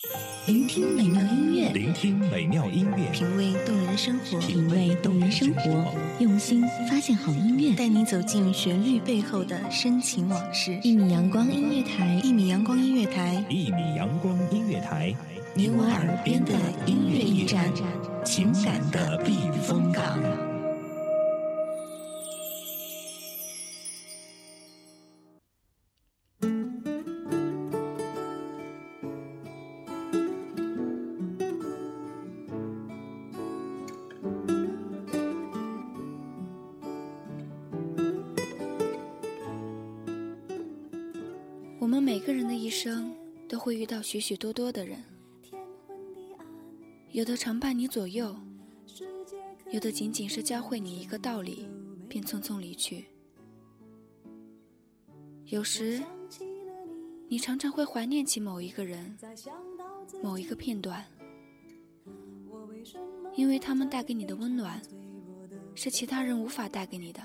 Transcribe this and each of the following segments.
聆听美妙音乐， 聆听美妙音乐， 品味动人生活， 品味动人生活，用心发现好音乐， 带你走进旋律背后的深情往事。 一米阳光音乐台， 一米阳光音乐台， 一米阳光音乐台， 你我耳边的音乐驿站，情感的避风港。 我们每个人的一生都会遇到许许多多的人，有的常伴你左右，有的仅仅是教会你一个道理便匆匆离去。有时你常常会怀念起某一个人，某一个片段，因为他们带给你的温暖是其他人无法带给你的。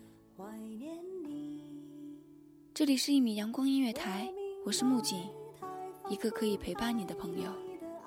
这里是一米阳光音乐台，我是木槿，一个可以陪伴你的朋友。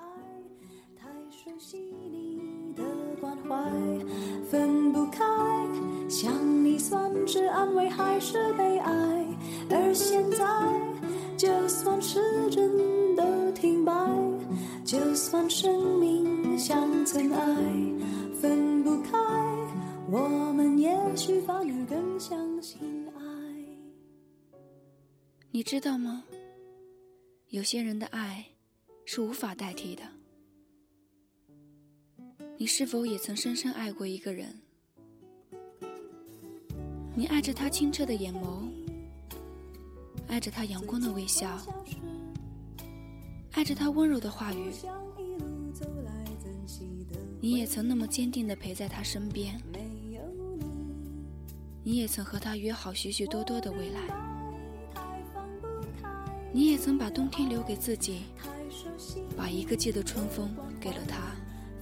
分不开，想你算是安慰还是悲哀？而现在，就算时针都停摆，就算生命像尘埃，分不开，我们也许反而更相信爱。 你知道吗？有些人的爱是无法代替的。你是否也曾深深爱过一个人？你爱着他清澈的眼眸，爱着他阳光的微笑，爱着他温柔的话语。你也曾那么坚定地陪在他身边，你也曾和他约好许许多多的未来，你也曾把冬天留给自己，把一个季的春风给了他。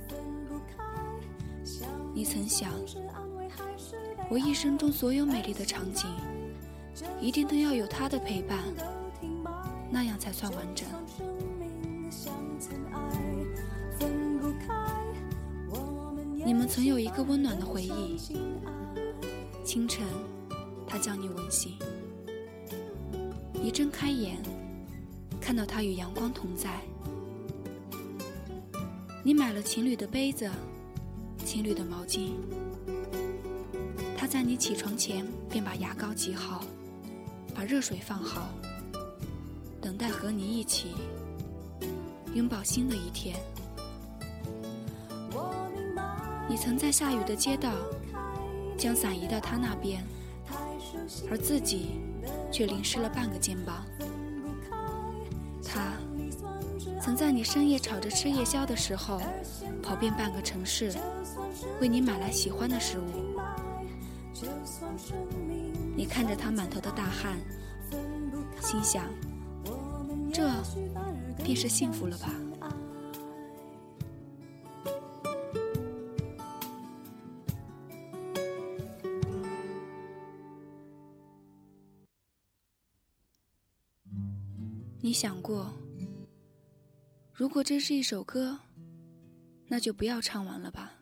你曾想，我一生中所有美丽的场景一定都要有他的陪伴，那样才算完整。你们曾有一个温暖的回忆，清晨他将你吻醒，你睁开眼看到他与阳光同在。你买了情侣的杯子，情侣的毛巾，他在你起床前便把牙膏挤好，把热水放好，等待和你一起拥抱新的一天。你曾在下雨的街道将伞移到他那边，而自己却淋湿了半个肩膀。他曾在你深夜吵着吃夜宵的时候跑遍半个城市，为你买来喜欢的食物。你看着他满头的大汗，心想，这便是幸福了吧。你想过，如果这是一首歌，那就不要唱完了吧。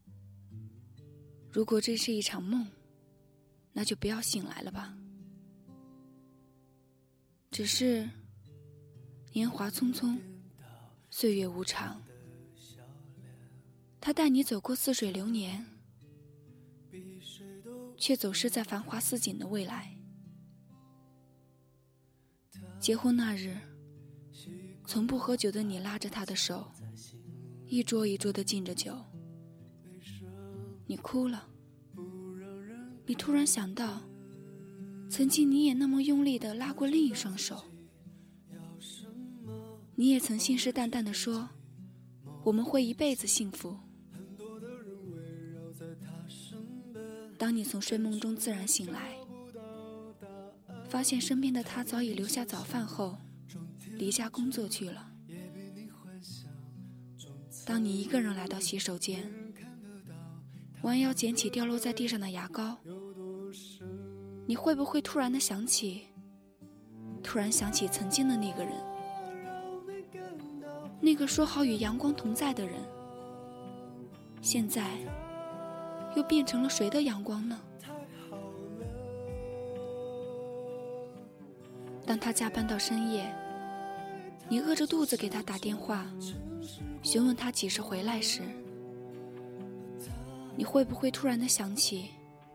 如果这是一场梦，那就不要醒来了吧。只是年华匆匆，岁月无常，他带你走过似水流年，却走失在繁华似锦的未来。结婚那日，从不喝酒的你拉着他的手，一桌一桌地敬着酒。你哭了，你突然想到，曾经你也那么用力地拉过另一双手。你也曾信誓旦旦地说，我们会一辈子幸福。当你从睡梦中自然醒来，发现身边的他早已留下早饭后离家工作去了。当你一个人来到洗手间，弯腰捡起掉落在地上的牙膏，你会不会突然想起曾经的那个人？ 那个说好与阳光同在的人，现在又变成了谁的阳光呢？当他加班到深夜，你饿着肚子给他打电话，询问他几时回来时，你会不会突然想起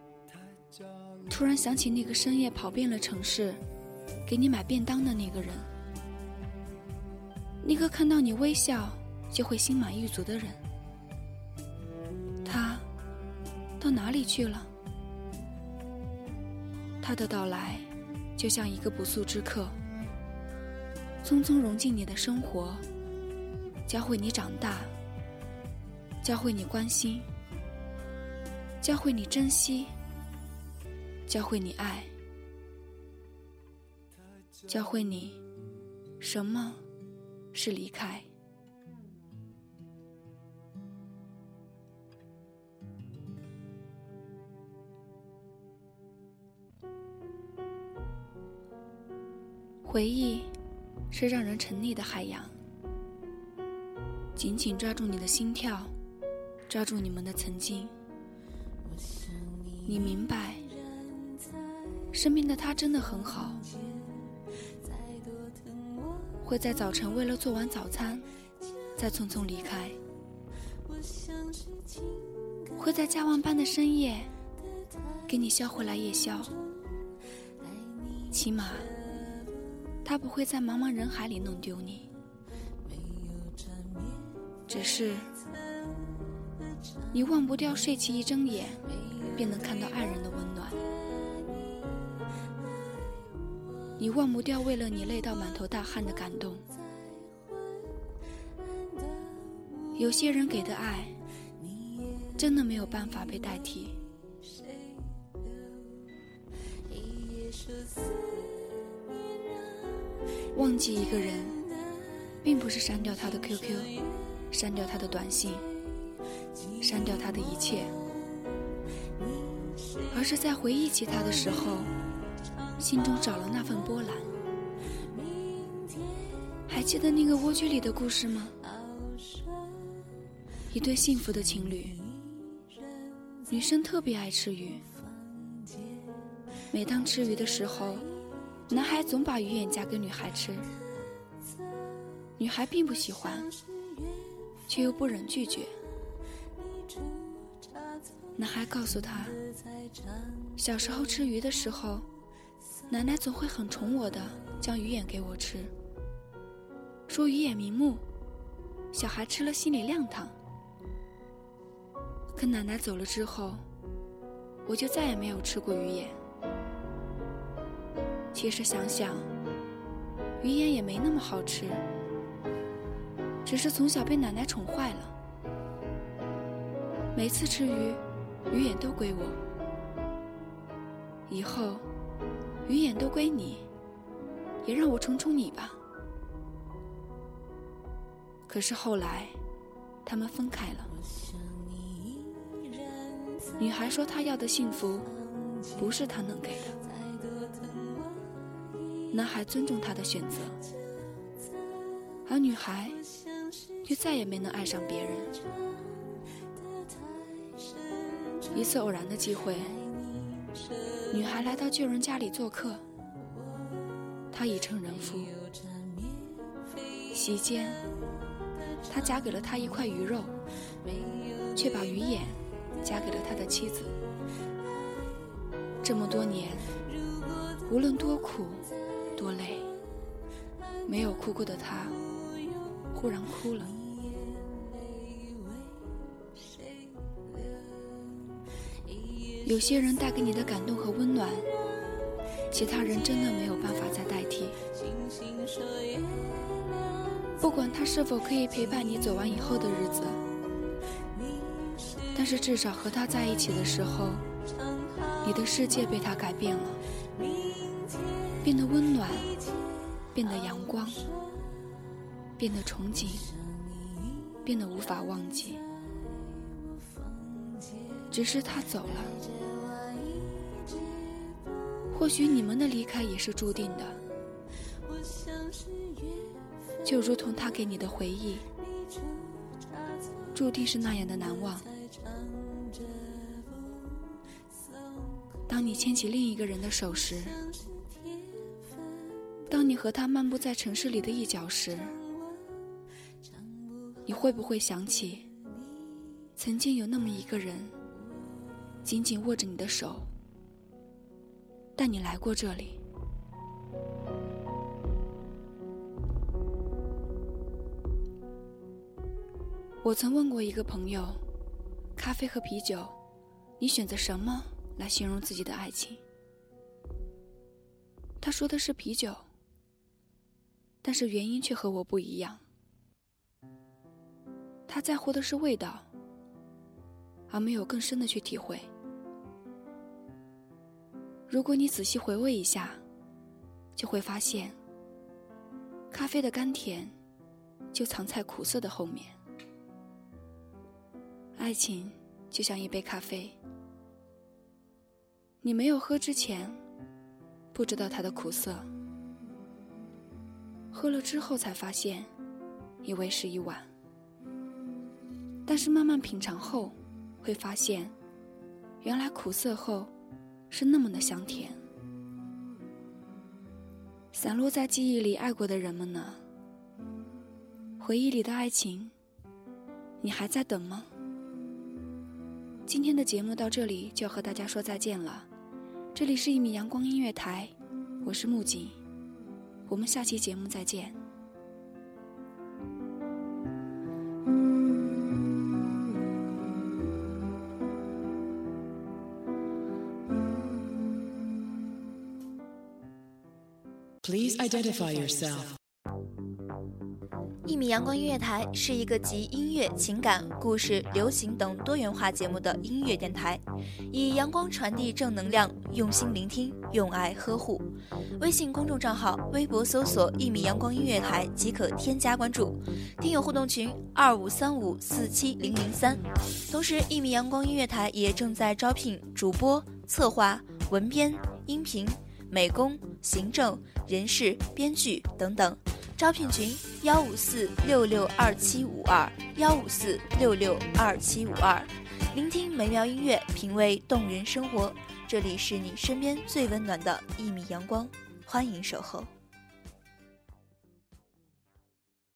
那个深夜跑遍了城市给你买便当的那个人，那个看到你微笑就会心满意足的人，他到哪里去了？他的到来就像一个不速之客，匆匆融进你的生活，教会你长大，教会你关心，教会你珍惜，教会你爱，教会你什么是离开。回忆是让人沉溺的海洋，紧紧抓住你的心跳，抓住你们的曾经。你明白，身边的他真的很好，会在早晨为了做完早餐再匆匆离开，会在加完班的深夜给你销回来夜宵，起码他不会在茫茫人海里弄丢你。只是你忘不掉睡起一睁眼便能看到爱人的温暖，你忘不掉为了你累到满头大汗的感动。有些人给的爱真的没有办法被代替。忘记一个人并不是删掉他的 QQ， 删掉他的短信，删掉他的一切，而是在回忆起他的时候心中少了那份波澜。还记得那个蜗居里的故事吗？一对幸福的情侣，女生特别爱吃鱼，每当吃鱼的时候，男孩总把鱼眼夹给女孩吃，女孩并不喜欢，却又不忍拒绝。男孩告诉她，小时候吃鱼的时候，奶奶总会很宠我的将鱼眼给我吃，说鱼眼明目，小孩吃了心里亮堂。可奶奶走了之后，我就再也没有吃过鱼眼。其实想想，鱼眼也没那么好吃，只是从小被奶奶宠坏了。每次吃鱼，鱼眼都归我，以后鱼眼都归你，也让我宠宠你吧。可是后来他们分开了。女孩说她要的幸福不是他能给的，男孩尊重她的选择，而女孩却再也没能爱上别人。一次偶然的机会，女孩来到旧人家里做客，她已成人妇。席间，他夹给了她一块鱼肉，却把鱼眼夹给了他的妻子。这么多年，无论多苦多累，没有哭过的他忽然哭了。有些人带给你的感动和温暖，其他人真的没有办法再代替。不管他是否可以陪伴你走完以后的日子，但是至少和他在一起的时候，你的世界被他改变了，变得温暖，变得阳光，变得憧憬，变得无法忘记。只是他走了，或许你们的离开也是注定的。 就如同他给你的回忆，注定是那样的难忘。当你牵起另一个人的手时，当你和他漫步在城市里的一角时，你会不会想起曾经有那么一个人紧紧握着你的手，带你来过这里？我曾问过一个朋友，咖啡和啤酒，你选择什么来形容自己的爱情？他说的是啤酒，但是原因却和我不一样。他在乎的是味道，而没有更深的去体会。如果你仔细回味一下，就会发现，咖啡的甘甜就藏在苦涩的后面。爱情就像一杯咖啡，你没有喝之前不知道它的苦涩，喝了之后才发现以为是一碗，但是慢慢品尝后会发现，原来苦涩后是那么的香甜。散落在记忆里爱过的人们呢？回忆里的爱情，你还在等吗？今天的节目到这里就要和大家说再见了。这里是1米阳光音乐台，我是木槿，我们下期节目再见。 Please identify yourself. 1米阳光音乐台是一个集音乐、情感、故事、流行等多元化节目的音乐电台，以阳光传递正能量，用心聆听，用爱呵护。微信公众账号、微博搜索1米阳光音乐台即可添加关注。听友互动群2535470003。同时，1米阳光音乐台也正在招聘主播、策划、文编、音频、美工、行政、人事、编剧等等。招聘群154662752，154662752。聆听美妙音乐，品味动人生活，这里是你身边最温暖的1米阳光，欢迎守候。